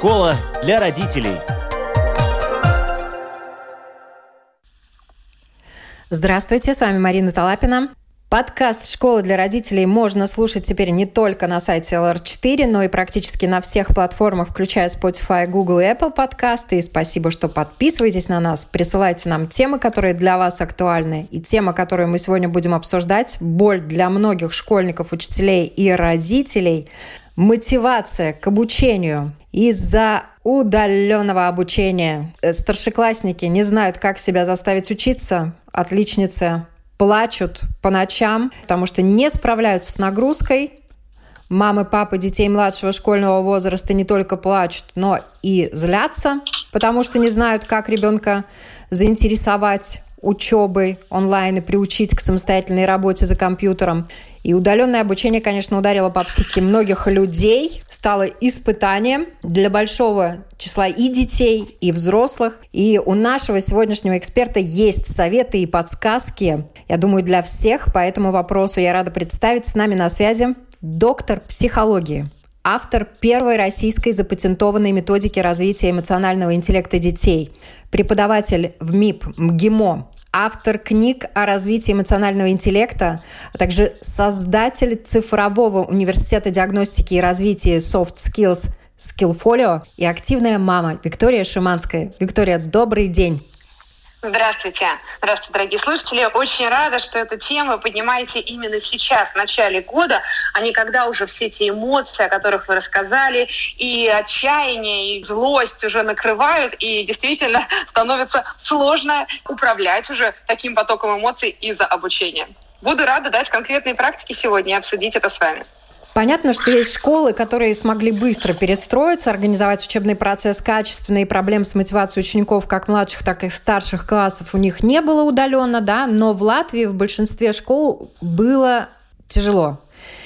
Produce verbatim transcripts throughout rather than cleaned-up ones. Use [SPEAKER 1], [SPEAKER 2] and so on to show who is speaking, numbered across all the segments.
[SPEAKER 1] Школа для родителей.
[SPEAKER 2] Здравствуйте, с вами Марина Талапина. Подкаст «Школа для родителей» можно слушать теперь не только на сайте эл эр четыре, но и практически на всех платформах, включая Spotify, Google и Apple подкасты. И спасибо, что подписываетесь на нас, присылайте нам темы, которые для вас актуальны. И тема, которую мы сегодня будем обсуждать, боль для многих школьников, учителей и родителей – мотивация к обучению. Из-за удаленного обучения старшеклассники не знают, как себя заставить учиться, отличницы плачут по ночам, потому что не справляются с нагрузкой. Мамы, папы детей младшего школьного возраста не только плачут, но и злятся, потому что не знают, как ребенка заинтересовать учебой онлайн и приучить к самостоятельной работе за компьютером. И удаленное обучение, конечно, ударило по психике многих людей, стало испытанием для большого числа и детей, и взрослых. И у нашего сегодняшнего эксперта есть советы и подсказки, я думаю, для всех. По этому вопросу я рада представить с нами на связи доктор психологии, автор первой российской запатентованной методики развития эмоционального интеллекта детей, преподаватель в МИП МГИМО, автор книг о развитии эмоционального интеллекта, а также создатель цифрового университета диагностики и развития Soft Skills Skillfolio и активная мама Виктория Шиманская. Виктория, добрый день.
[SPEAKER 3] Здравствуйте. Здравствуйте, дорогие слушатели. Очень рада, что эту тему вы поднимаете именно сейчас, в начале года, а не когда уже все эти эмоции, о которых вы рассказали, и отчаяние, и злость уже накрывают, и действительно становится сложно управлять уже таким потоком эмоций из-за обучения. Буду рада дать конкретные практики сегодня и обсудить это с вами.
[SPEAKER 2] Понятно, что есть школы, которые смогли быстро перестроиться, организовать учебный процесс качественно, и проблем с мотивацией учеников как младших, так и старших классов у них не было удаленно, да, но в Латвии в большинстве школ было тяжело.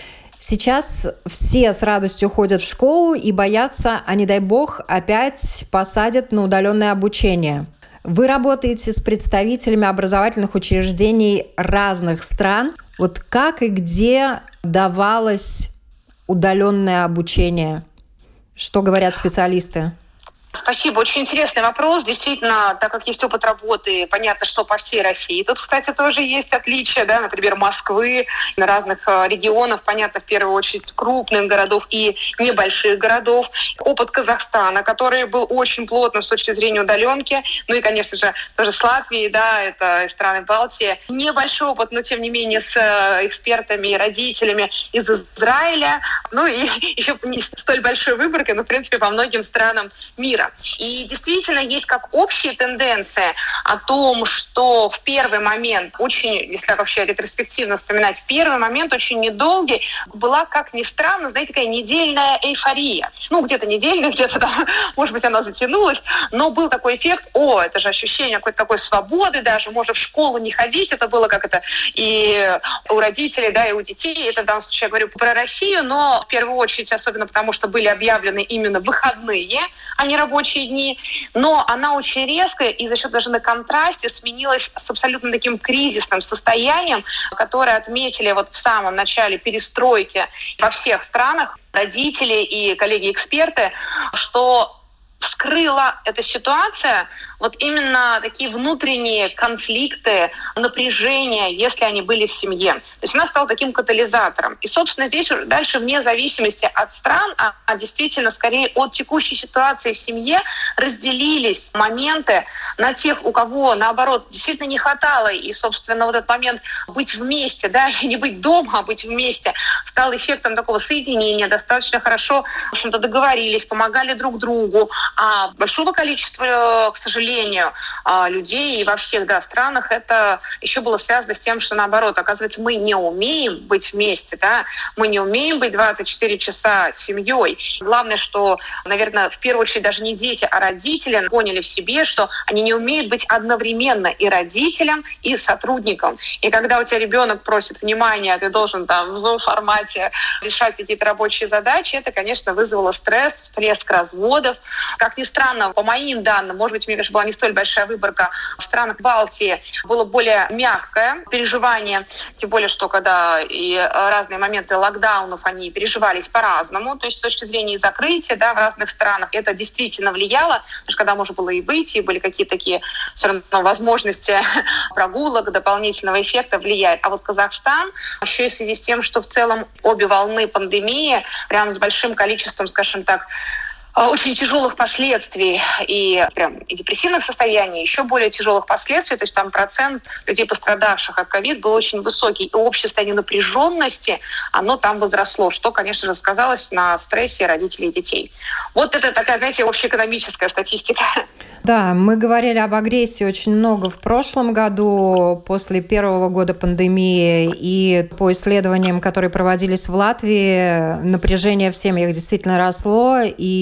[SPEAKER 2] Сейчас все с радостью ходят в школу и боятся, а не дай бог, опять посадят на удаленное обучение. Вы работаете с представителями образовательных учреждений разных стран. Вот как и где давалось удаленное обучение? Что говорят специалисты?
[SPEAKER 3] Спасибо. Очень интересный вопрос. Действительно, так как есть опыт работы, понятно, что по всей России. Тут, кстати, тоже есть отличия, да, например, Москвы, разных регионов, понятно, в первую очередь крупных городов и небольших городов. Опыт Казахстана, который был очень плотным с точки зрения удаленки. Ну и, конечно же, тоже с Латвией, да, это страны Балтии. Небольшой опыт, но тем не менее с экспертами и родителями из Израиля. Ну и еще не столь большой выборкой, но, в принципе, по многим странам мира. И действительно есть как общие тенденции о том, что в первый момент, очень, если вообще ретроспективно вспоминать, в первый момент очень недолгий была, как ни странно, знаете, такая недельная эйфория. Ну, где-то недельная, где-то там, может быть, она затянулась, но был такой эффект, о, это же ощущение какой-то такой свободы даже, можно в школу не ходить, это было как это и у родителей, да, и у детей, это в данном случае я говорю про Россию, но в первую очередь, особенно потому, что были объявлены именно выходные, а не рабочие дни, но она очень резко и за счет даже на контрасте сменилась с абсолютно таким кризисным состоянием, которое отметили вот в самом начале перестройки во всех странах родители и коллеги-эксперты, что вскрыла эта ситуация вот именно такие внутренние конфликты, напряжения, если они были в семье. То есть она стала таким катализатором. И, собственно, здесь уже дальше вне зависимости от стран, а, а действительно скорее от текущей ситуации в семье разделились моменты на тех, у кого, наоборот, действительно не хватало. И, собственно, вот этот момент быть вместе, да, не быть дома, а быть вместе, стал эффектом такого соединения, достаточно хорошо, в общем-то, договорились, помогали друг другу. А большого количества, к сожалению, людей и во всех, да, странах это еще было связано с тем, что наоборот, оказывается, мы не умеем быть вместе, да, мы не умеем быть двадцать четыре часа с семьей. Главное, что, наверное, в первую очередь даже не дети, а родители поняли в себе, что они не умеют быть одновременно и родителем, и сотрудником. И когда у тебя ребенок просит внимания, ты должен там в зум-формате решать какие-то рабочие задачи, это, конечно, вызвало стресс, всплеск разводов. Как ни странно, по моим данным, может быть, мне, конечно, была не столь большая выборка. В странах Балтии было более мягкое переживание, тем более, что когда и разные моменты локдаунов, они переживались по-разному, то есть с точки зрения закрытия, да, в разных странах это действительно влияло, потому что когда можно было и выйти, были какие-то такие все равно возможности прогулок, дополнительного эффекта влияет. А вот Казахстан, еще и в связи с тем, что в целом обе волны пандемии, прям с большим количеством, скажем так, очень тяжелых последствий и прям и депрессивных состояний, еще более тяжелых последствий, то есть там процент людей, пострадавших от ковид, был очень высокий. И общее состояние напряженности, оно там возросло, что, конечно же, сказалось на стрессе родителей и детей. Вот это такая, знаете, общеэкономическая статистика.
[SPEAKER 2] Да, мы говорили об агрессии очень много в прошлом году, после первого года пандемии, и по исследованиям, которые проводились в Латвии, напряжение в семьях действительно росло,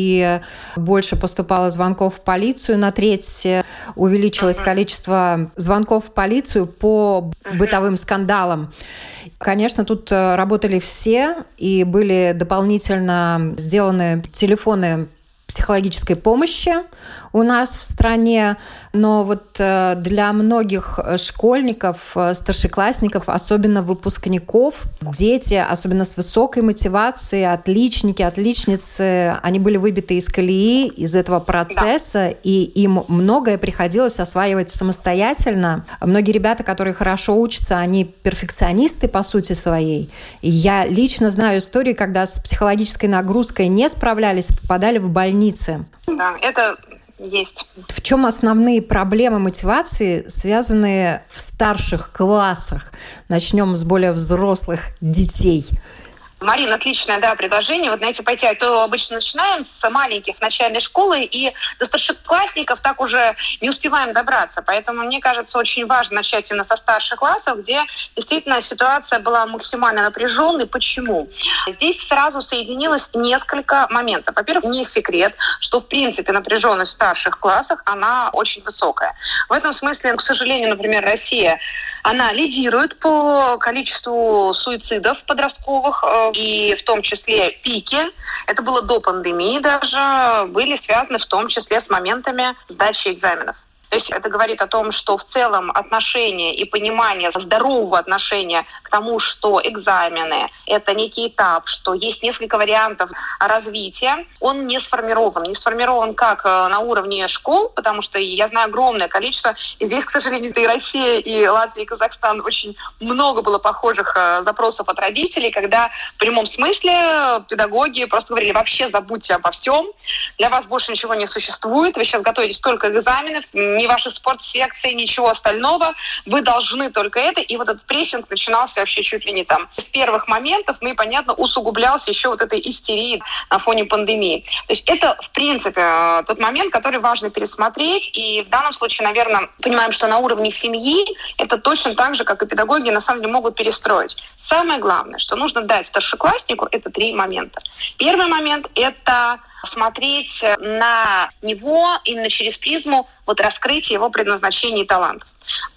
[SPEAKER 2] и больше поступало звонков в полицию на треть, увеличилось uh-huh. количество звонков в полицию по uh-huh. бытовым скандалам. Конечно, тут работали все, и были дополнительно сделаны телефоны психологической помощи у нас в стране, но вот для многих школьников, старшеклассников, особенно выпускников, дети, особенно с высокой мотивацией, отличники, отличницы, они были выбиты из колеи, из этого процесса, да. И им многое приходилось осваивать самостоятельно. Многие ребята, которые хорошо учатся, они перфекционисты по сути своей. И я лично знаю истории, когда с психологической нагрузкой не справлялись, попадали в больницу.
[SPEAKER 3] Да, это есть.
[SPEAKER 2] В чем основные проблемы мотивации, связанные в старших классах? Начнем с более взрослых детей.
[SPEAKER 3] Марина, отличное, да, предложение. Вот, знаете, пойти, а то обычно начинаем с маленьких начальной школы, и до старшеклассников так уже не успеваем добраться. Поэтому, мне кажется, очень важно начать именно со старших классов, где действительно ситуация была максимально напряженной. Почему? Здесь сразу соединилось несколько моментов. Во-первых, не секрет, что, в принципе, напряженность в старших классах, она очень высокая. В этом смысле, к сожалению, например, Россия, она лидирует по количеству суицидов подростковых, и в том числе пики, это было до пандемии даже, были связаны в том числе с моментами сдачи экзаменов. То есть это говорит о том, что в целом отношение и понимание здорового отношения к тому, что экзамены — это некий этап, что есть несколько вариантов развития, он не сформирован. Не сформирован как на уровне школ, потому что я знаю огромное количество, и здесь, к сожалению, и Россия, и Латвия, и Казахстан очень много было похожих запросов от родителей, когда в прямом смысле педагоги просто говорили: вообще забудьте обо всем, для вас больше ничего не существует, вы сейчас готовитесь только к экзаменам, ни ваших спортсекций, ничего остального. Вы должны только это. И вот этот прессинг начинался вообще чуть ли не там с первых моментов, ну и, понятно, усугублялся еще вот этой истерией на фоне пандемии. То есть это, в принципе, тот момент, который важно пересмотреть. И в данном случае, наверное, понимаем, что на уровне семьи это точно так же, как и педагоги, на самом деле могут перестроить. Самое главное, что нужно дать старшекласснику, это три момента. Первый момент — это смотреть на него именно через призму вот раскрытия его предназначения и талантов.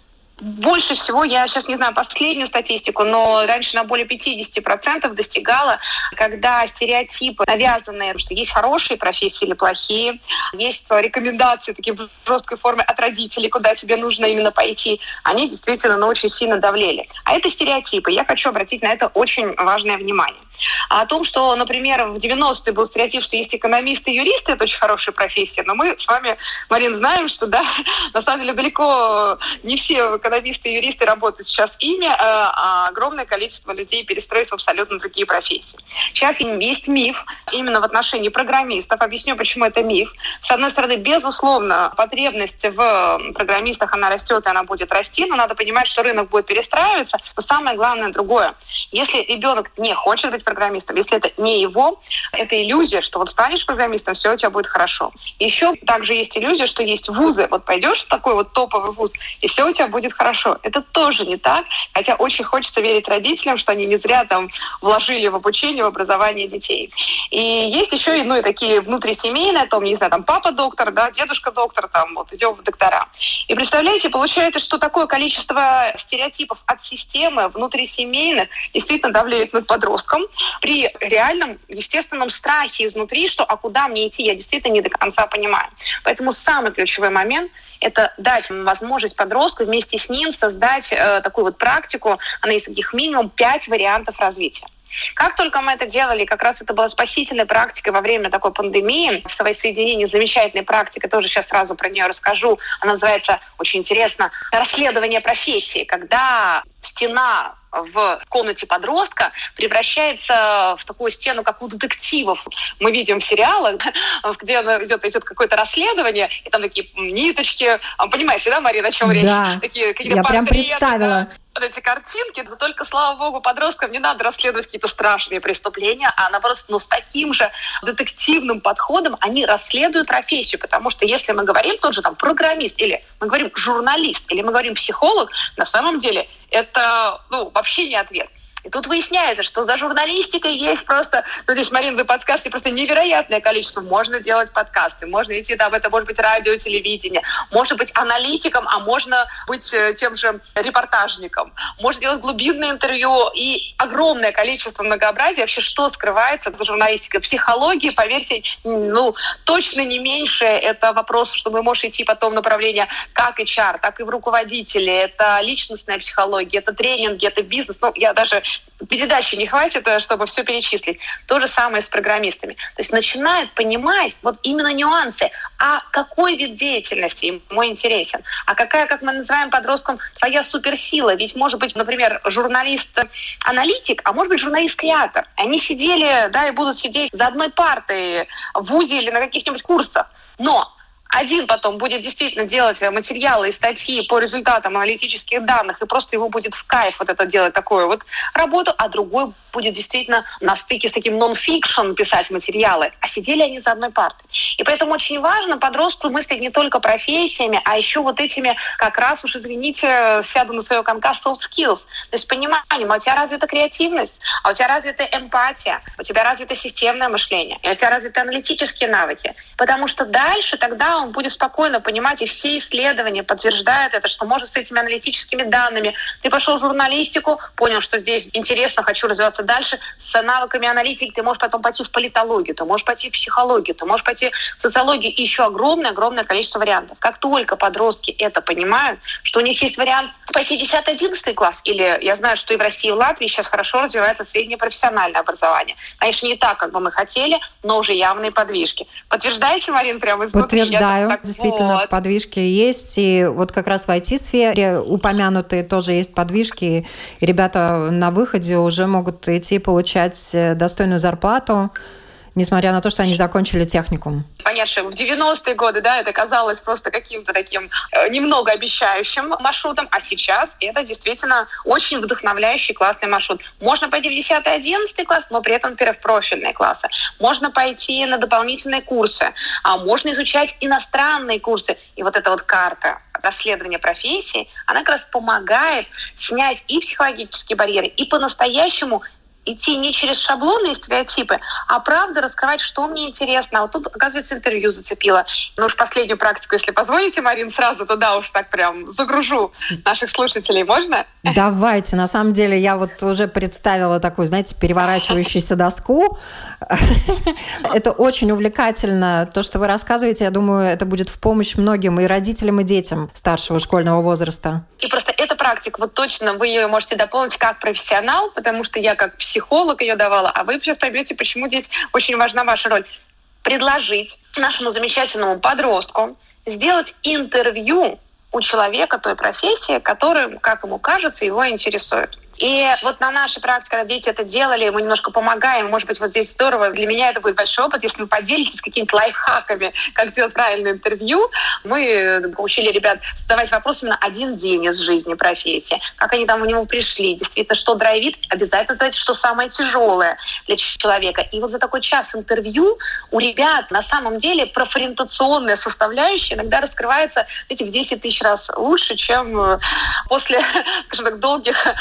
[SPEAKER 3] Больше всего, я сейчас не знаю последнюю статистику, но раньше на более пятьдесят процентов достигала, когда стереотипы навязанные, что есть хорошие профессии или плохие, есть рекомендации такие в жесткой форме от родителей, куда тебе нужно именно пойти, они действительно ну, очень сильно давлели. А это стереотипы. Я хочу обратить на это очень важное внимание. А о том, что, например, в девяностые был стереотип, что есть экономисты и юристы, это очень хорошая профессия, но мы с вами, Марин, знаем, что да, на самом деле далеко не все экономисты и юристы работают сейчас ими, а огромное количество людей перестроились в абсолютно другие профессии. Сейчас есть миф именно в отношении программистов. Объясню, почему это миф. С одной стороны, безусловно, потребность в программистах, она растет, и она будет расти, но надо понимать, что рынок будет перестраиваться. Но самое главное другое. Если ребенок не хочет быть программистом, если это не его, это иллюзия, что вот станешь программистом, все у тебя будет хорошо. Еще также есть иллюзия, что есть вузы. Вот пойдешь в такой вот топовый вуз, и все у тебя будет хорошо. Это тоже не так, хотя очень хочется верить родителям, что они не зря там вложили в обучение, в образование детей. И есть еще и, ну, и такие внутрисемейные, там, не знаю, там папа доктор, да, дедушка доктор, там вот идем в доктора. И представляете, получается, что такое количество стереотипов от системы внутрисемейных действительно давляет над подростком, при реальном, естественном страхе изнутри, что а куда мне идти, я действительно не до конца понимаю. Поэтому самый ключевой момент – это дать возможность подростку вместе с ним создать э, такую вот практику, она есть таких минимум пять вариантов развития. Как только мы это делали, как раз это была спасительной практикой во время такой пандемии, в своей соединении с замечательной практикой, тоже сейчас сразу про нее расскажу, она называется, очень интересно, «Расследование профессии», когда стена в комнате подростка превращается в такую стену, как у детективов. Мы видим в сериалах, где идет, идет какое-то расследование, и там такие ниточки. Понимаете, да, Марина, о чем речь?
[SPEAKER 2] Да,
[SPEAKER 3] такие,
[SPEAKER 2] я прям представила.
[SPEAKER 3] Да? Вот эти картинки, но только, слава богу, подросткам не надо расследовать какие-то страшные преступления, а наоборот, ну, с таким же детективным подходом они расследуют профессию, потому что если мы говорим тот же там программист, или мы говорим журналист, или мы говорим психолог, на самом деле это ну, вообще не ответ. И тут выясняется, что за журналистикой есть просто, ну здесь, Марина, вы подскажете, просто невероятное количество. Можно делать подкасты, можно идти там, это может быть радио, телевидение, можно быть аналитиком, а можно быть тем же репортажником, можно делать глубинное интервью и огромное количество многообразия. Вообще, что скрывается за журналистикой? Психология, поверьте, ну, точно не меньше. Это вопрос, что вы можете идти потом в направление как эйч ар, так и в руководители. Это личностная психология, это тренинги, это бизнес. Ну, я даже передачи не хватит, чтобы все перечислить. То же самое с программистами. То есть начинают понимать вот именно нюансы. А какой вид деятельности ему интересен? А какая, как мы называем подростком, твоя суперсила? Ведь может быть, например, журналист-аналитик, а может быть журналист-креатор. Они сидели, да, и будут сидеть за одной партой в вузе или на каких-нибудь курсах. Но один потом будет действительно делать материалы и статьи по результатам аналитических данных, и просто ему будет в кайф вот это делать такую вот работу, а другой будет действительно на стыке с таким нон-фикшн писать материалы. А сидели они за одной партой. И поэтому очень важно подростку мыслить не только профессиями, а еще вот этими, как раз уж, извините, сяду на своего конька, soft skills. То есть пониманием, а у тебя развита креативность, а у тебя развита эмпатия, у тебя развито системное мышление, и у тебя развиты аналитические навыки. Потому что дальше тогда он будет спокойно понимать, и все исследования подтверждают это, что можно с этими аналитическими данными. Ты пошел в журналистику, понял, что здесь интересно, хочу развиваться дальше. С навыками аналитики ты можешь потом пойти в политологию, ты можешь пойти в психологию, ты можешь пойти в социологию, и еще огромное-огромное количество вариантов. Как только подростки это понимают, что у них есть вариант пойти в десятый-одиннадцатый класс, или я знаю, что и в России, и в Латвии сейчас хорошо развивается среднее профессиональное образование. Конечно, не так, как бы мы хотели, но уже явные подвижки. Подтверждаете, Марин, прямо изнутри?
[SPEAKER 2] Подтверждаю. Так, действительно, вот. Подвижки есть. И вот как раз в ай ти-сфере упомянутые тоже есть подвижки. И ребята на выходе уже могут идти получать достойную зарплату, несмотря на то, что они закончили техникум.
[SPEAKER 3] Понятно, что в девяностые годы, да, это казалось просто каким-то таким э, немного обещающим маршрутом, а сейчас это действительно очень вдохновляющий классный маршрут. Можно пойти в десятый-одиннадцатый класс, но при этом, например, в профильные классы. Можно пойти на дополнительные курсы, а можно изучать иностранные курсы. И вот эта вот карта расследования профессии, она как раз помогает снять и психологические барьеры, и по-настоящему идти не через шаблоны и стереотипы, а правда раскрывать, что мне интересно. А вот тут, оказывается, интервью зацепило. Ну уж последнюю практику, если позволите, Марин, сразу туда уж так прям загружу наших слушателей. Можно?
[SPEAKER 2] Давайте. На самом деле я вот уже представила такую, знаете, переворачивающуюся доску. Это очень увлекательно. То, что вы рассказываете, я думаю, это будет в помощь многим и родителям, и детям старшего школьного возраста.
[SPEAKER 3] И просто эта практика, вот точно вы ее можете дополнить как профессионал, потому что я как психолог ее давала, а вы сейчас поймете, почему здесь очень важна ваша роль. Предложить нашему замечательному подростку сделать интервью у человека той профессии, которая, как ему кажется, его интересует. И вот на нашей практике, когда дети это делали, мы немножко помогаем. Может быть, вот здесь здорово. Для меня это будет большой опыт, если вы поделитесь какими-то лайфхаками, как сделать правильное интервью. Мы учили ребят задавать вопрос именно один день из жизни профессии. Как они там в него пришли, действительно, что драйвит. Обязательно задать, что самое тяжелое для человека. И вот за такой час интервью у ребят на самом деле профориентационная составляющая иногда раскрывается, знаете, в десять тысяч раз лучше, чем после, скажем так, долгих муторных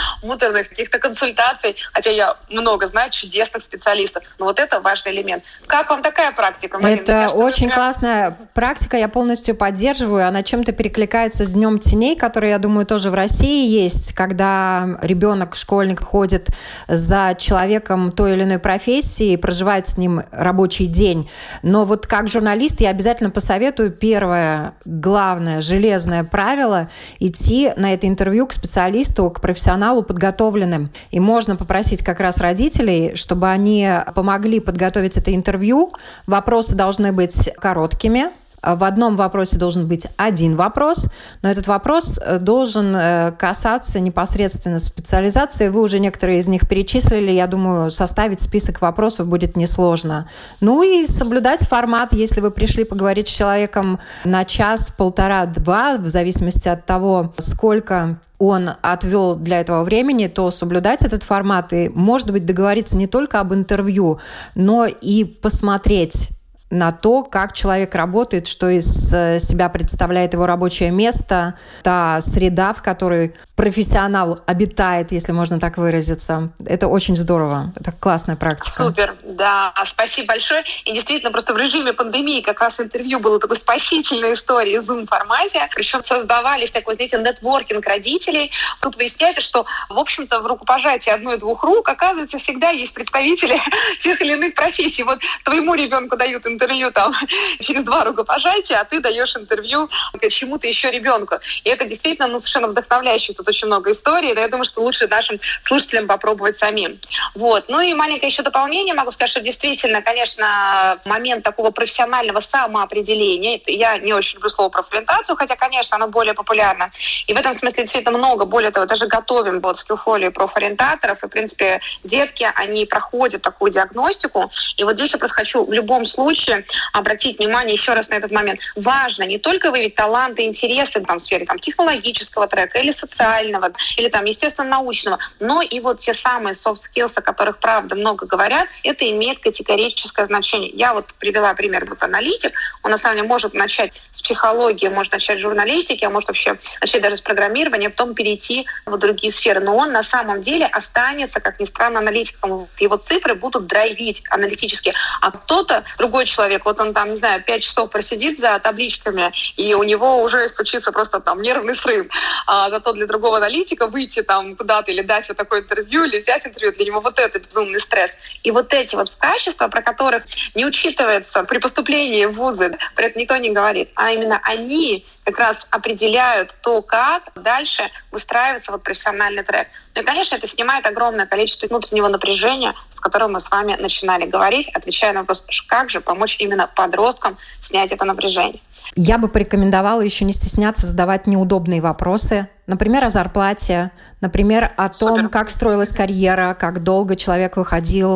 [SPEAKER 3] специализированных каких-то консультаций, хотя я много знаю чудесных специалистов. Но вот это важный элемент. Как вам такая практика, Марина?
[SPEAKER 2] Это кажется, очень прям... классная практика, я полностью поддерживаю. Она чем-то перекликается с Днем теней, который, я думаю, тоже в России есть, когда ребенок, школьник ходит за человеком той или иной профессии, проживает с ним рабочий день. Но вот как журналист я обязательно посоветую первое, главное, железное правило – идти на это интервью к специалисту, к профессионалу подготовленным. И можно попросить как раз родителей, чтобы они помогли подготовить это интервью. Вопросы должны быть короткими. В одном вопросе должен быть один вопрос, но этот вопрос должен касаться непосредственно специализации. Вы уже некоторые из них перечислили. Я думаю, составить список вопросов будет несложно. Ну и соблюдать формат. Если вы пришли поговорить с человеком на час, полтора, два, в зависимости от того, сколько он отвел для этого времени, то соблюдать этот формат и, может быть, договориться не только об интервью, но и посмотреть на то, как человек работает, что из себя представляет его рабочее место, та среда, в которой профессионал обитает, если можно так выразиться. Это очень здорово. Это классная практика.
[SPEAKER 3] Супер, да. Спасибо большое. И действительно, просто в режиме пандемии как раз интервью было такой спасительной историей в Zoom-формате. Причем создавались такой, знаете, нетворкинг родителей. Тут выясняется, что, в общем-то, в рукопожатии одной-двух рук, оказывается, всегда есть представители тех или иных профессий. Вот твоему ребенку дают интервью там через два рукопожатия, а ты даешь интервью чему-то еще ребенку. И это действительно ну, совершенно вдохновляюще. Тут очень много историй, но я думаю, что лучше нашим слушателям попробовать самим. Вот. Ну и маленькое еще дополнение. Могу сказать, что действительно, конечно, момент такого профессионального самоопределения. Я не очень люблю слово профориентацию, хотя, конечно, оно более популярно. И в этом смысле действительно много. Более того, даже готовим вот скиллфолио профориентаторов. И, в принципе, детки, они проходят такую диагностику. И вот здесь я просто хочу в любом случае обратить внимание еще раз на этот момент. Важно не только выявить таланты, интересы там, в сфере там, технологического трека или социального, или там, естественно-научного, но и вот те самые soft skills, о которых, правда, много говорят, это имеет категорическое значение. Я вот привела пример, вот аналитик, он на самом деле может начать с психологии, может начать с журналистики, а может вообще начать даже с программирования, а потом перейти в другие сферы. Но он на самом деле останется, как ни странно, аналитиком. Его цифры будут драйвить аналитически. А кто-то, другой человек, вот он там, не знаю, пять часов просидит за табличками, и у него уже случится просто там нервный срыв. А зато для другого аналитика выйти там куда-то или дать вот такое интервью, или взять интервью, для него вот это безумный стресс. И вот эти вот качества, про которых не учитывается при поступлении в вузы, про это никто не говорит, а именно они как раз определяют то, как дальше выстраивается вот профессиональный трек. Ну и, конечно, это снимает огромное количество внутреннего напряжения, с которым мы с вами начинали говорить, отвечая на вопрос, как же помочь именно подросткам снять это напряжение.
[SPEAKER 2] Я бы порекомендовала еще не стесняться задавать неудобные вопросы, например, о зарплате, например, о том, Супер. Как строилась карьера, как долго человек выходил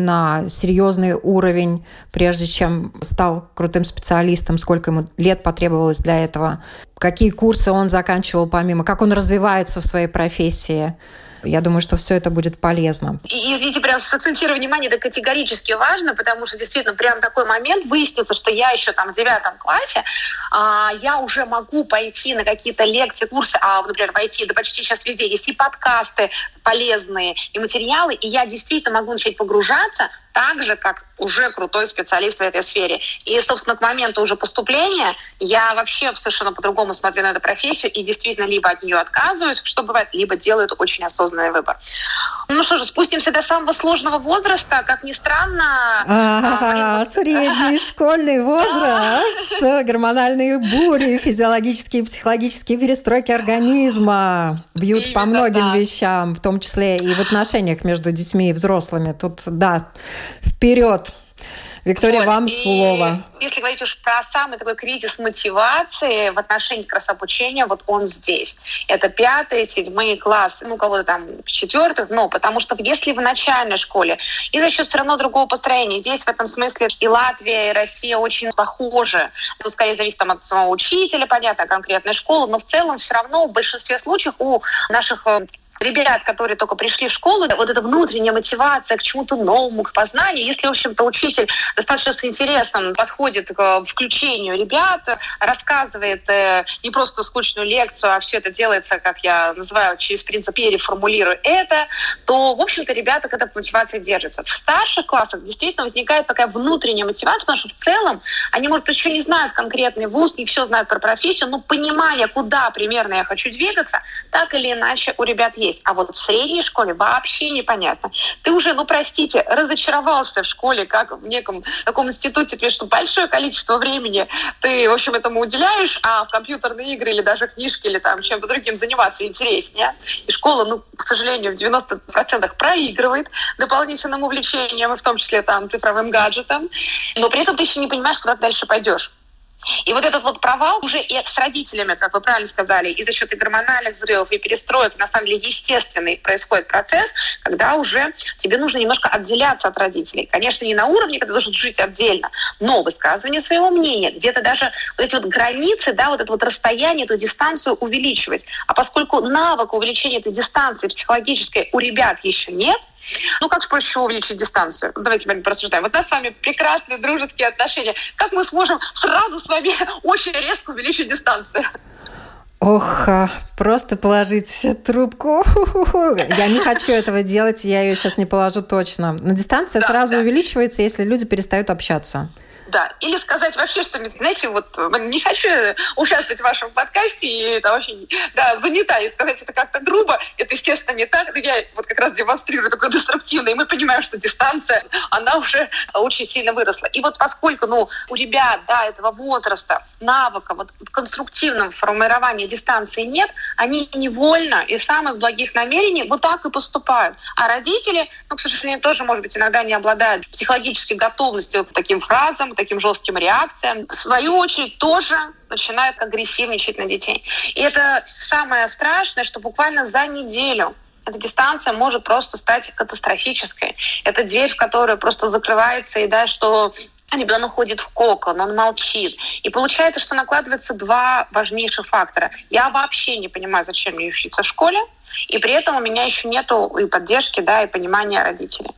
[SPEAKER 2] на серьезный уровень, прежде чем стал крутым специалистом, сколько ему лет потребовалось для этого, какие курсы он заканчивал помимо, как он развивается в своей профессии. Я думаю, что все это будет полезно.
[SPEAKER 3] И, извините, прям сакцентирую внимание, это категорически важно, потому что действительно прям такой момент выяснится, что я еще там в девятом классе, а, я уже могу пойти на какие-то лекции, курсы, а, например, в ай ти, да почти сейчас везде есть и подкасты полезные, и материалы, и я действительно могу начать погружаться так же, как уже крутой специалист в этой сфере. И, собственно, к моменту уже поступления я вообще совершенно по-другому смотрю на эту профессию и действительно либо от нее отказываюсь, что бывает, либо делаю очень осознанный выбор. Ну что же, спустимся до самого сложного возраста. Как ни странно...
[SPEAKER 2] А, средний школьный возраст, гормональные бури, физиологические и психологические перестройки организма бьют по многим вещам, в том числе и в отношениях между детьми и взрослыми. Тут, да, вперед! Виктория, вот, вам слово.
[SPEAKER 3] Если говорить уж про самый такой кризис мотивации в отношении как раз обучения, вот он здесь. Это пятый, седьмой класс, ну, у кого-то там в четвертых, но потому что если в начальной школе, и за счет все равно другого построения, здесь в этом смысле и Латвия, и Россия очень похожи. Тут скорее зависит там, от самого учителя, понятно, конкретной школы, но в целом все равно в большинстве случаев у наших ребят, которые только пришли в школу, вот эта внутренняя мотивация к чему-то новому, к познанию, если, в общем-то, учитель достаточно с интересом подходит к включению ребят, рассказывает не просто скучную лекцию, а все это делается, как я называю, через принцип «переформулируй это», то, в общем-то, ребята к этой мотивации держатся. В старших классах действительно возникает такая внутренняя мотивация, потому что в целом они, может быть, еще не знают конкретный вуз, не все знают про профессию, но понимание, куда примерно я хочу двигаться, так или иначе у ребят есть. А вот в средней школе вообще непонятно. Ты уже, ну простите, разочаровался в школе, как в неком таком институте, потому что большое количество времени ты, в общем, этому уделяешь, а в компьютерные игры или даже книжки или там чем-то другим заниматься интереснее. И школа, ну, к сожалению, в девяноста процентах проигрывает дополнительным увлечением, и в том числе там цифровым гаджетом. Но при этом ты еще не понимаешь, куда ты дальше пойдешь. И вот этот вот провал уже и с родителями, как вы правильно сказали, и за счет и гормональных взрывов, и перестроек, на самом деле естественный происходит процесс, когда уже тебе нужно немножко отделяться от родителей. Конечно, не на уровне, когда ты должен жить отдельно, но высказывание своего мнения, где-то даже вот эти вот границы, да, вот это вот расстояние, эту дистанцию увеличивать. А поскольку навыка увеличения этой дистанции психологической у ребят еще нет, ну, как проще всего увеличить дистанцию? Давайте, Марина, порассуждаем. Вот у нас с вами прекрасные дружеские отношения. Как мы сможем сразу с вами очень резко увеличить дистанцию?
[SPEAKER 2] Ох, просто положить трубку. Я не хочу этого делать, я ее сейчас не положу точно. Но дистанция да, сразу да. увеличивается, если люди перестают общаться.
[SPEAKER 3] Да, или сказать вообще, что, знаете, вот не хочу участвовать в вашем подкасте, и это очень, да, занята, и сказать это как-то грубо, это, естественно, не так. Я вот как раз демонстрирую такое деструктивное, и мы понимаем, что дистанция, она уже очень сильно выросла. И вот поскольку, ну, у ребят, да, этого возраста, навыка, вот конструктивного формирования дистанции нет, они невольно из самых благих намерений вот так и поступают. А родители, ну, к сожалению, тоже, может быть, иногда не обладают психологической готовностью к таким фразам, таким жестким реакциям, в свою очередь тоже начинают агрессивничать на детей. И это самое страшное, что буквально за неделю эта дистанция может просто стать катастрофической. Это дверь, в которую просто закрывается, и да, что ребенок ходит в кокон, он молчит. И получается, что накладывается два важнейших фактора. Я вообще не понимаю, зачем мне учиться в школе, и при этом у меня еще нету и поддержки, да, и понимания родителей.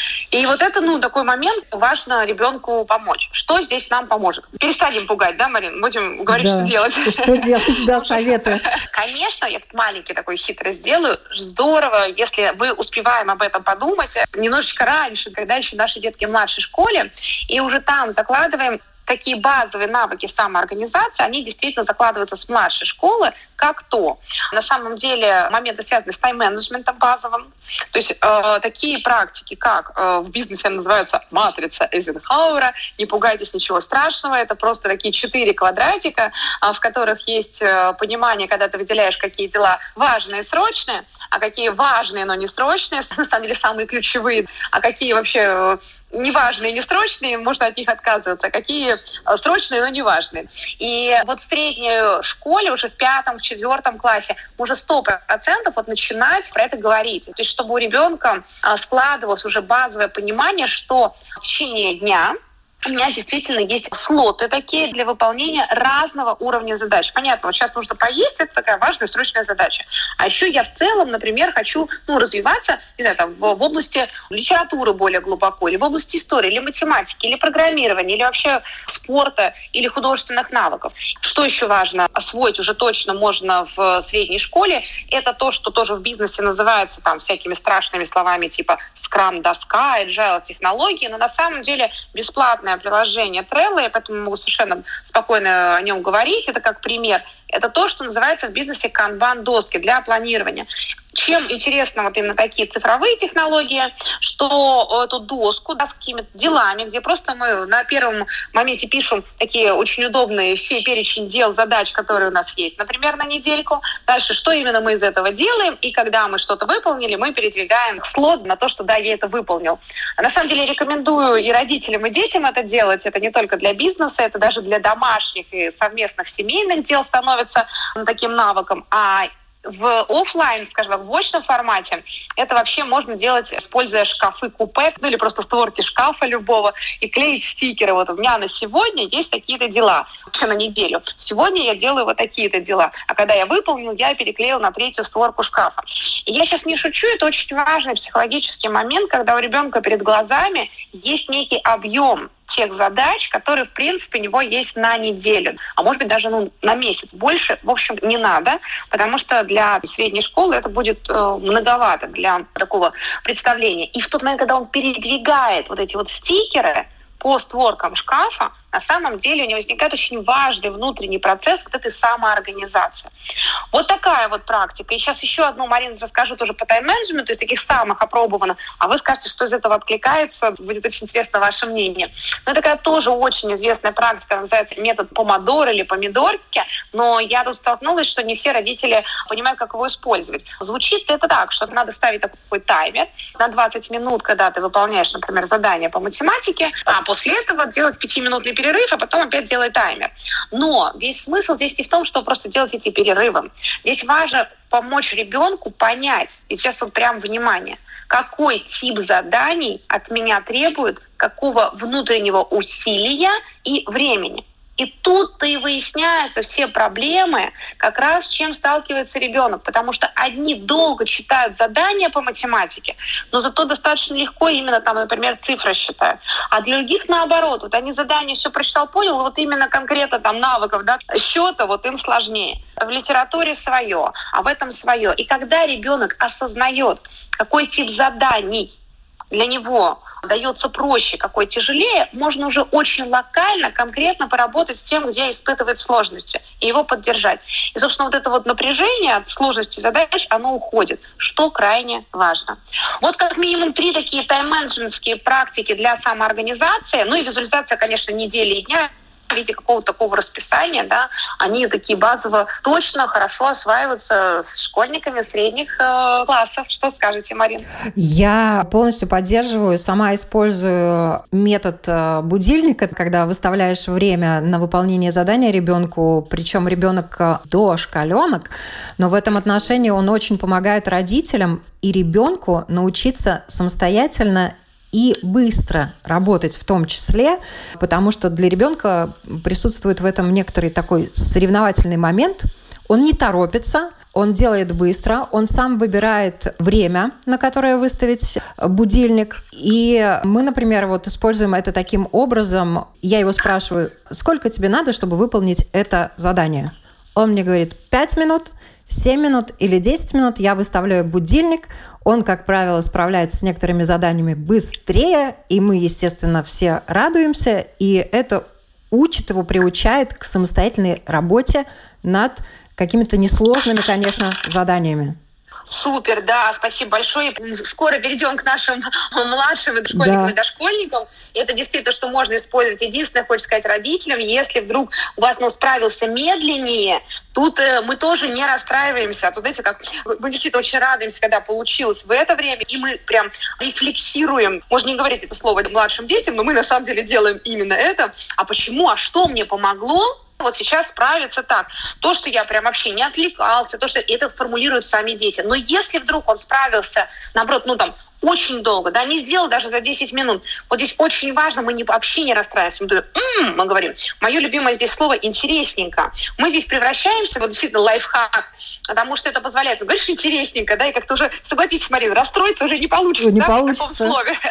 [SPEAKER 3] И вот это, ну, такой момент, важно ребенку помочь. Что здесь нам поможет? Перестанем пугать, да, Марин? Будем говорить, да. Что делать.
[SPEAKER 2] Что делать, да, советы.
[SPEAKER 3] Конечно, я маленький такой хитрость сделаю. Здорово, если мы успеваем об этом подумать немножечко раньше, когда еще наши детки в младшей школе, и уже там закладываем такие базовые навыки самоорганизации, они действительно закладываются с младшей школы, как то. На самом деле моменты связаны с тайм-менеджментом базовым. То есть э, такие практики, как э, в бизнесе называются матрица Эйзенхауэра, не пугайтесь, ничего страшного, это просто такие четыре квадратика, э, в которых есть э, понимание, когда ты выделяешь, какие дела важные и срочные, а какие важные, но не срочные, на самом деле самые ключевые, а какие вообще э, неважные, не срочные, можно от них отказываться, а какие срочные, но неважные. И вот в средней школе, уже в пятом, в четвертом классе, уже сто процентов вот начинать про это говорить. То есть чтобы у ребенка складывалось уже базовое понимание, что в течение дня у меня действительно есть слоты такие для выполнения разного уровня задач. Понятно, вот сейчас нужно поесть, это такая важная срочная задача. А еще я в целом, например, хочу ну, развиваться не знаю, там, в, в области литературы более глубоко, или в области истории, или математики, или программирования, или вообще спорта, или художественных навыков. Что еще важно освоить уже точно можно в средней школе, это то, что тоже в бизнесе называется там всякими страшными словами типа скрам-доска, agile-технологии, но на самом деле бесплатно приложение Trello, я поэтому могу совершенно спокойно о нем говорить. Это как пример. Это то, что называется в бизнесе канбан-доски для планирования. Чем интересно вот именно такие цифровые технологии, что эту доску да, с какими-то делами, где просто мы на первом моменте пишем такие очень удобные все перечень дел, задач, которые у нас есть, например, на недельку. Дальше, что именно мы из этого делаем, и когда мы что-то выполнили, мы передвигаем слот на то, что да, я это выполнил. А на самом деле рекомендую и родителям, и детям это делать. Это не только для бизнеса, это даже для домашних и совместных семейных дел становится таким навыком. А В офлайн, скажем, в очном формате это вообще можно делать, используя шкафы-купе, ну или просто створки шкафа любого, и клеить стикеры. Вот у меня на сегодня есть такие-то дела, вообще на неделю. Сегодня я делаю вот такие-то дела. А когда я выполнил, я переклеил на третью створку шкафа. И я сейчас не шучу, это очень важный психологический момент, когда у ребенка перед глазами есть некий объем тех задач, которые, в принципе, у него есть на неделю, а может быть даже ну, на месяц. Больше, в общем, не надо, потому что для средней школы это будет э, многовато для такого представления. И в тот момент, когда он передвигает вот эти вот стикеры по створкам шкафа, на самом деле у него возникает очень важный внутренний процесс вот этой самоорганизации. Вот такая вот практика. И сейчас еще одну, Марина, расскажу тоже по тайм-менеджменту, из таких самых опробованных, а вы скажете, что из этого откликается, будет очень интересно ваше мнение. Но такая тоже очень известная практика, называется метод помодоро или помидорки, но я тут столкнулась, что не все родители понимают, как его использовать. Звучит это так, что надо ставить такой таймер на двадцать минут, когда ты выполняешь, например, задание по математике, а после этого делать пятиминутный перерыв, а потом опять делай таймер. Но весь смысл здесь не в том, что просто делать эти перерывы. Здесь важно помочь ребенку понять, и сейчас вот прям внимание, какой тип заданий от меня требует какого внутреннего усилия и времени. И тут-то и выясняются все проблемы, как раз с чем сталкивается ребенок. Потому что одни долго читают задания по математике, но зато достаточно легко именно там, например, цифры считают. А для других наоборот. Вот они задание все прочитал, понял, вот именно конкретно там навыков, да, счета, вот им сложнее. В литературе свое, а в этом свое. И когда ребенок осознает, какой тип заданий для него дается проще, какой тяжелее, можно уже очень локально, конкретно поработать с тем, где испытывает сложности, и его поддержать. И, собственно, вот это вот напряжение от сложности задач, оно уходит, что крайне важно. Вот как минимум три такие тайм-менеджментские практики для самоорганизации, ну и визуализация, конечно, недели и дня, в виде какого-то такого расписания, да, они такие базово точно хорошо осваиваются с школьниками средних э, классов. Что скажете, Марин?
[SPEAKER 2] Я полностью поддерживаю, сама использую метод будильника, когда выставляешь время на выполнение задания ребенку, причем ребенок дошколенок, но в этом отношении он очень помогает родителям и ребенку научиться самостоятельно и быстро работать в том числе, потому что для ребенка присутствует в этом некоторый такой соревновательный момент. Он не торопится, он делает быстро, он сам выбирает время, на которое выставить будильник. И мы, например, вот используем это таким образом. Я его спрашиваю, сколько тебе надо, чтобы выполнить это задание? Он мне говорит, пять минут, семь минут или десять минут. Я выставляю будильник. Он, как правило, справляется с некоторыми заданиями быстрее, и мы, естественно, все радуемся. И это учит его, приучает к самостоятельной работе над какими-то несложными, конечно, заданиями.
[SPEAKER 3] Супер, да, спасибо большое. Скоро перейдем к нашим младшим школьникам да. и дошкольникам. И это действительно, что можно использовать. Единственное, хочу сказать родителям, если вдруг у вас ну, справился медленнее, тут э, мы тоже не расстраиваемся. А тут, знаете, как мы действительно очень радуемся, когда получилось в это время, и мы прям рефлексируем. Можно не говорить это слово младшим детям, но мы на самом деле делаем именно это. А почему? А что мне помогло? Вот сейчас справиться так. То, что я прям вообще не отвлекался, то, что это формулируют сами дети. Но если вдруг он справился, наоборот, ну там, очень долго, да, не сделал даже за десять минут. Вот здесь очень важно, мы не, вообще не расстраиваемся. Мы, думаем, м-м", мы говорим, мое любимое здесь слово «интересненько». Мы здесь превращаемся, вот действительно, лайфхак, потому что это позволяет, говоришь, интересненько, да, и как-то уже, согласитесь, Марина, расстроиться уже не получится,
[SPEAKER 2] не
[SPEAKER 3] да,
[SPEAKER 2] получится.
[SPEAKER 3] в таком слове.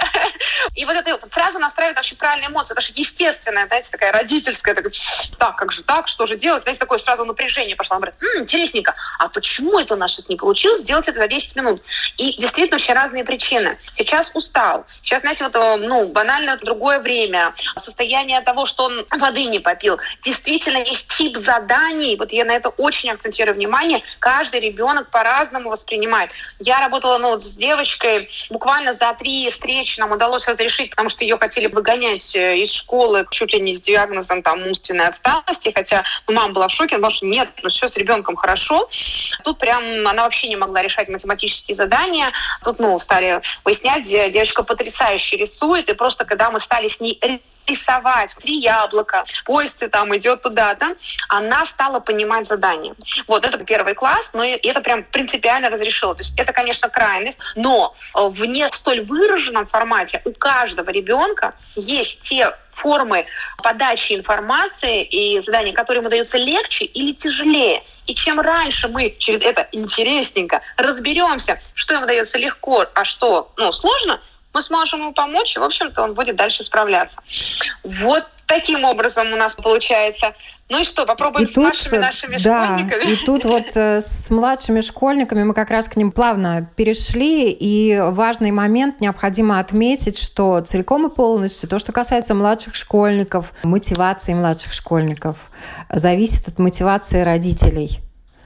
[SPEAKER 3] И вот это сразу настраивает вообще правильные эмоции, потому что естественная, знаете, такая родительская, такая, так, как же так, что же делать? Знаете, такое сразу напряжение пошло. Он говорит, м-м, интересненько, а почему это у нас сейчас не получилось сделать это за десять минут? И действительно очень разные причины. Сейчас устал. Сейчас, знаете, вот, ну, банально другое время. Состояние того, что он воды не попил. Действительно, есть тип заданий. Вот я на это очень акцентирую внимание. Каждый ребенок по-разному воспринимает. Я работала, ну, вот с девочкой. Буквально за три встречи нам удалось разрешить, потому что ее хотели выгонять из школы чуть ли не с диагнозом там умственной отсталости. Хотя ну, мама была в шоке. Она сказала, что нет, ну, все с ребенком хорошо. Тут прям она вообще не могла решать математические задания. Тут, ну, стали выяснять, девочка потрясающе рисует, и просто когда мы стали с ней рисовать три яблока, поезд там идет туда-то, она стала понимать задание. Вот это первый класс, но это прям принципиально разрешило. То есть это, конечно, крайность, но в не столь выраженном формате у каждого ребенка есть те формы подачи информации и заданий, которые ему даются легче или тяжелее. И чем раньше мы через это интересненько разберемся, что ему дается легко, а что ну, сложно, мы сможем ему помочь, и, в общем-то, он будет дальше справляться. Вот таким образом у нас получается. Ну и что, попробуем и с тут, нашими нашими
[SPEAKER 2] да,
[SPEAKER 3] школьниками?
[SPEAKER 2] И тут вот с младшими школьниками мы как раз к ним плавно перешли, и важный момент необходимо отметить, что целиком и полностью то, что касается младших школьников, мотивации младших школьников, зависит от мотивации родителей,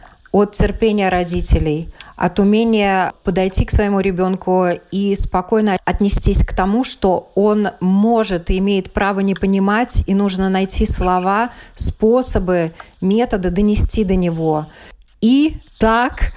[SPEAKER 2] от терпения родителей, от умения подойти к своему ребенку и спокойно отнестись к тому, что он может и имеет право не понимать, и нужно найти слова, способы, методы донести до него. И так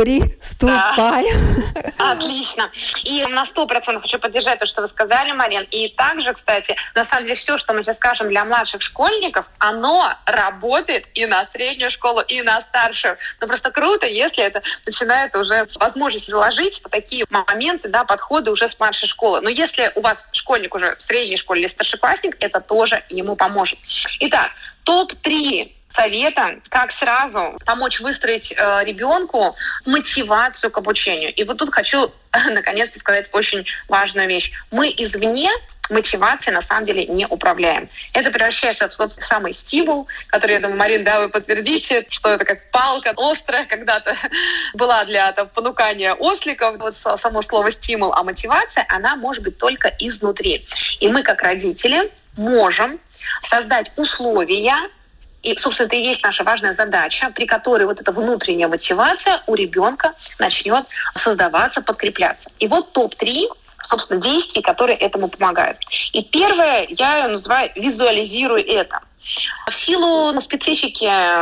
[SPEAKER 2] приступаем.
[SPEAKER 3] Да. Отлично. И на сто процентов хочу поддержать то, что вы сказали, Марин. И также, кстати, на самом деле все, что мы сейчас скажем для младших школьников, оно работает и на среднюю школу, и на старшую. Но просто круто, если это начинает уже возможность заложить такие моменты, да, подходы уже с младшей школы. Но если у вас школьник уже в средней школе или старшеклассник, это тоже ему поможет. Итак, топ три совета, как сразу помочь выстроить э, ребенку мотивацию к обучению. И вот тут хочу наконец-то сказать очень важную вещь. Мы извне мотивацией на самом деле не управляем. Это превращается в тот самый стимул, который, я думаю, Марин, да, вы подтвердите, что это как палка острая когда-то была для там, понукания осликов. Вот само слово стимул, а мотивация, она может быть только изнутри. И мы, как родители, можем создать условия. И, собственно, это и есть наша важная задача, при которой вот эта внутренняя мотивация у ребенка начнет создаваться, подкрепляться. И вот топ три, собственно, действий, которые этому помогают. И первое, я ее называю «визуализируй это». В силу специфики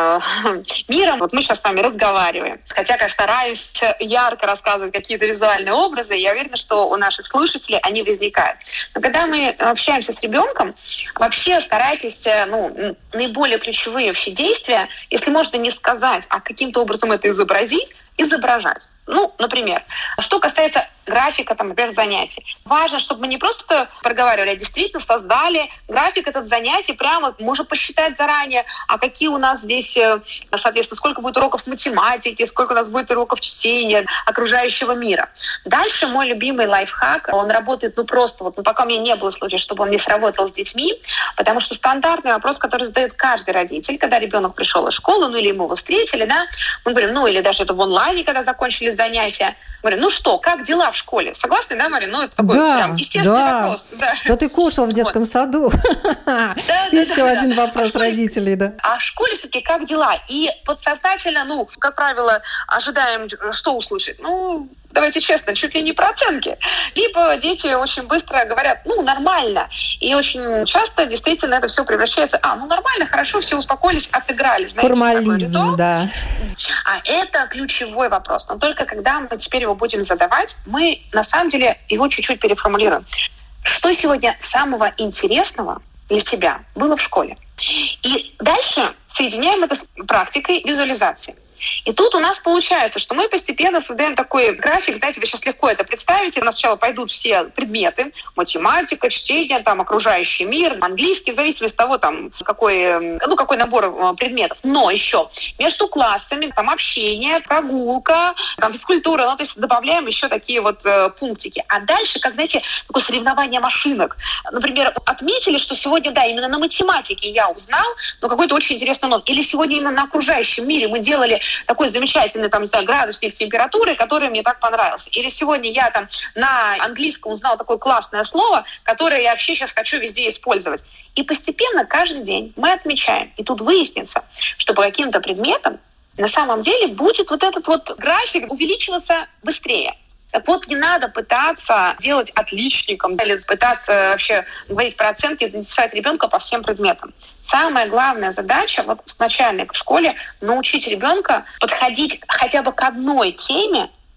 [SPEAKER 3] мира, вот мы сейчас с вами разговариваем, хотя, конечно, стараемся ярко рассказывать какие-то визуальные образы, я уверена, что у наших слушателей они возникают. Но когда мы общаемся с ребенком, вообще старайтесь, ну, наиболее ключевые вообще действия, если можно не сказать, а каким-то образом это изобразить, изображать. Ну, например, что касается графика, там, например, занятий. Важно, чтобы мы не просто проговаривали, а действительно создали график этот занятий, прямо можно посчитать заранее, а какие у нас здесь, соответственно, сколько будет уроков математики, сколько у нас будет уроков чтения, окружающего мира. Дальше мой любимый лайфхак, он работает, ну, просто, вот, ну, пока у меня не было случая, чтобы он не сработал с детьми, потому что стандартный вопрос, который задает каждый родитель, когда ребенок пришел из школы, ну, или ему его встретили, да, мы говорим, ну, или даже это в онлайне, когда закончились занятия, говорим, ну что, как дела в школе? Согласны, да, Марина? Ну, это такой
[SPEAKER 2] да,
[SPEAKER 3] прям естественный
[SPEAKER 2] да.
[SPEAKER 3] вопрос. Да.
[SPEAKER 2] Что ты кушал в детском вот. саду? Еще один вопрос родителей, да.
[SPEAKER 3] А в школе все-таки как дела? И подсознательно, ну, как правило, ожидаем, что услышать? Ну, давайте честно, чуть ли не про оценки. Либо дети очень быстро говорят, ну, нормально. И очень часто действительно это все превращается, а, ну, нормально, хорошо, все успокоились, отыграли. Знаете,
[SPEAKER 2] формализм, да.
[SPEAKER 3] А это ключевой вопрос. Но только когда мы теперь его будем задавать, мы на самом деле его чуть-чуть переформулируем. Что сегодня самого интересного для тебя было в школе? И дальше соединяем это с практикой визуализации. И тут у нас получается, что мы постепенно создаем такой график, знаете, вы сейчас легко это представите, у нас сначала пойдут все предметы, математика, чтение, там, окружающий мир, английский, в зависимости от того, там, какой, ну, какой набор предметов. Но еще между классами, там, общение, прогулка, там, физкультура, ну, то есть добавляем еще такие вот э, пунктики. А дальше, как, знаете, такое соревнование машинок. Например, отметили, что сегодня, да, именно на математике я узнал, но какой-то очень интересный номер. Или сегодня именно на окружающем мире мы делали такой замечательный, там, не знаю, градусник температуры, который мне так понравился. Или сегодня я там на английском узнала такое классное слово, которое я вообще сейчас хочу везде использовать. И постепенно каждый день мы отмечаем. И тут выяснится, что по каким-то предметам на самом деле будет вот этот вот график увеличиваться быстрее. Так вот, не надо пытаться делать отличником или пытаться вообще говорить про оценки, записать ребенка по всем предметам. Самая главная задача вот в начальной школе научить ребенка подходить хотя бы к одной теме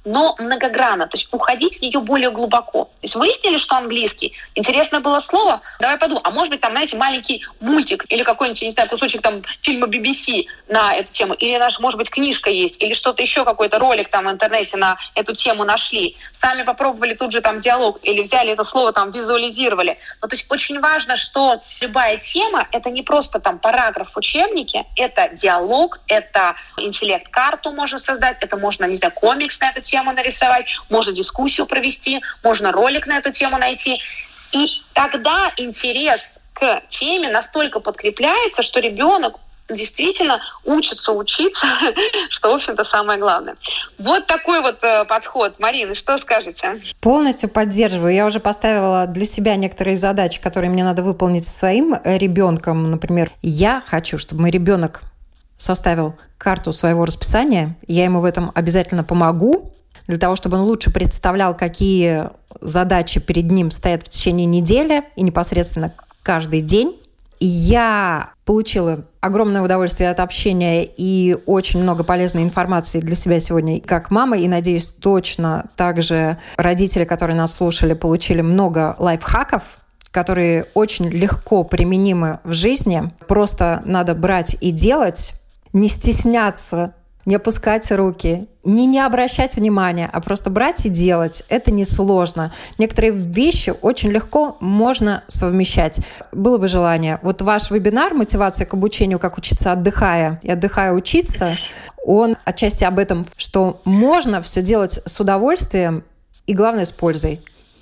[SPEAKER 3] но многогранно, то есть уходить в нее более глубоко. То есть выяснили, что английский. Интересное было слово, давай подумаем, а может быть там, знаете, маленький мультик или какой-нибудь, не знаю, кусочек там фильма би би си на эту тему, или наша, может быть, книжка есть, или что-то еще, какой-то ролик там в интернете на эту тему нашли. Сами попробовали тут же там диалог, или взяли это слово, там визуализировали. Ну, то есть очень важно, что любая тема — это не просто там параграф в учебнике, это диалог, это интеллект-карту можно создать, это можно, не знаю, комикс на эту тему нарисовать, можно дискуссию провести, можно ролик на эту тему найти. И тогда интерес к теме настолько подкрепляется, что ребенок действительно учится учиться, что, в общем-то, самое главное. Вот такой вот э, подход. Марина, что скажете?
[SPEAKER 2] Полностью поддерживаю. Я уже поставила для себя некоторые задачи, которые мне надо выполнить со своим ребенком. Например, я хочу, чтобы мой ребенок составил карту своего расписания. Я ему в этом обязательно помогу, для того, чтобы он лучше представлял, какие задачи перед ним стоят в течение недели и непосредственно каждый день. И я получила огромное удовольствие от общения и очень много полезной информации для себя сегодня как мама. И, надеюсь, точно также родители, которые нас слушали, получили много лайфхаков, которые очень легко применимы в жизни. Просто надо брать и делать, не стесняться, не опускать руки, не не обращать внимания, а просто брать и делать. Это несложно. Некоторые вещи очень легко можно совмещать. Было бы желание. Вот ваш вебинар «Мотивация к обучению. Как учиться, отдыхая» и «Отдыхая, учиться», он отчасти об этом, что можно все делать с удовольствием и, главное, с пользой.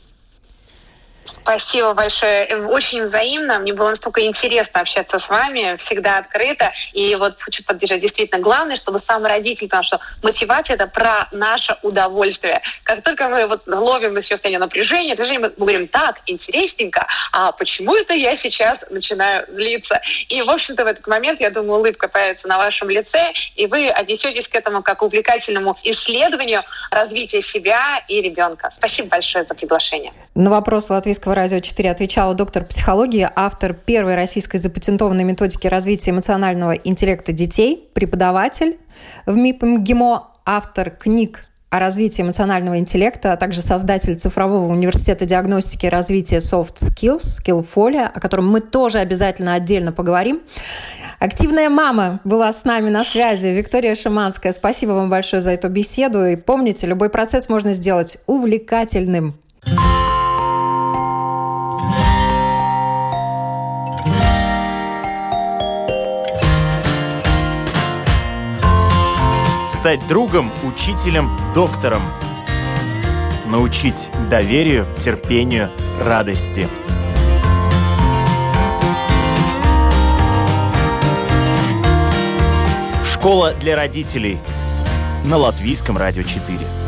[SPEAKER 3] Спасибо большое. Очень взаимно. Мне было настолько интересно общаться с вами. Всегда открыто. И вот хочу поддержать. Действительно, главное, чтобы сам родитель понял, что мотивация — это про наше удовольствие. Как только мы вот ловим на себе состояние напряжения, мы говорим: так, интересненько, а почему это я сейчас начинаю злиться? И, в общем-то, в этот момент, я думаю, улыбка появится на вашем лице, и вы отнесетесь к этому как увлекательному исследованию развития себя и ребенка. Спасибо большое за приглашение.
[SPEAKER 2] На вопрос Латвийского радио четыре отвечала доктор психологии, автор первой российской запатентованной методики развития эмоционального интеллекта детей, преподаватель в МИП МГИМО, автор книг о развитии эмоционального интеллекта, а также создатель цифрового университета диагностики и развития Soft Skills, Skillfolio, о котором мы тоже обязательно отдельно поговорим. Активная мама была с нами на связи, Виктория Шиманская. Спасибо вам большое за эту беседу. И помните, любой процесс можно сделать увлекательным.
[SPEAKER 1] Стать другом, учителем, доктором. Научить доверию, терпению, радости. Школа для родителей на Латвийском радио четыре.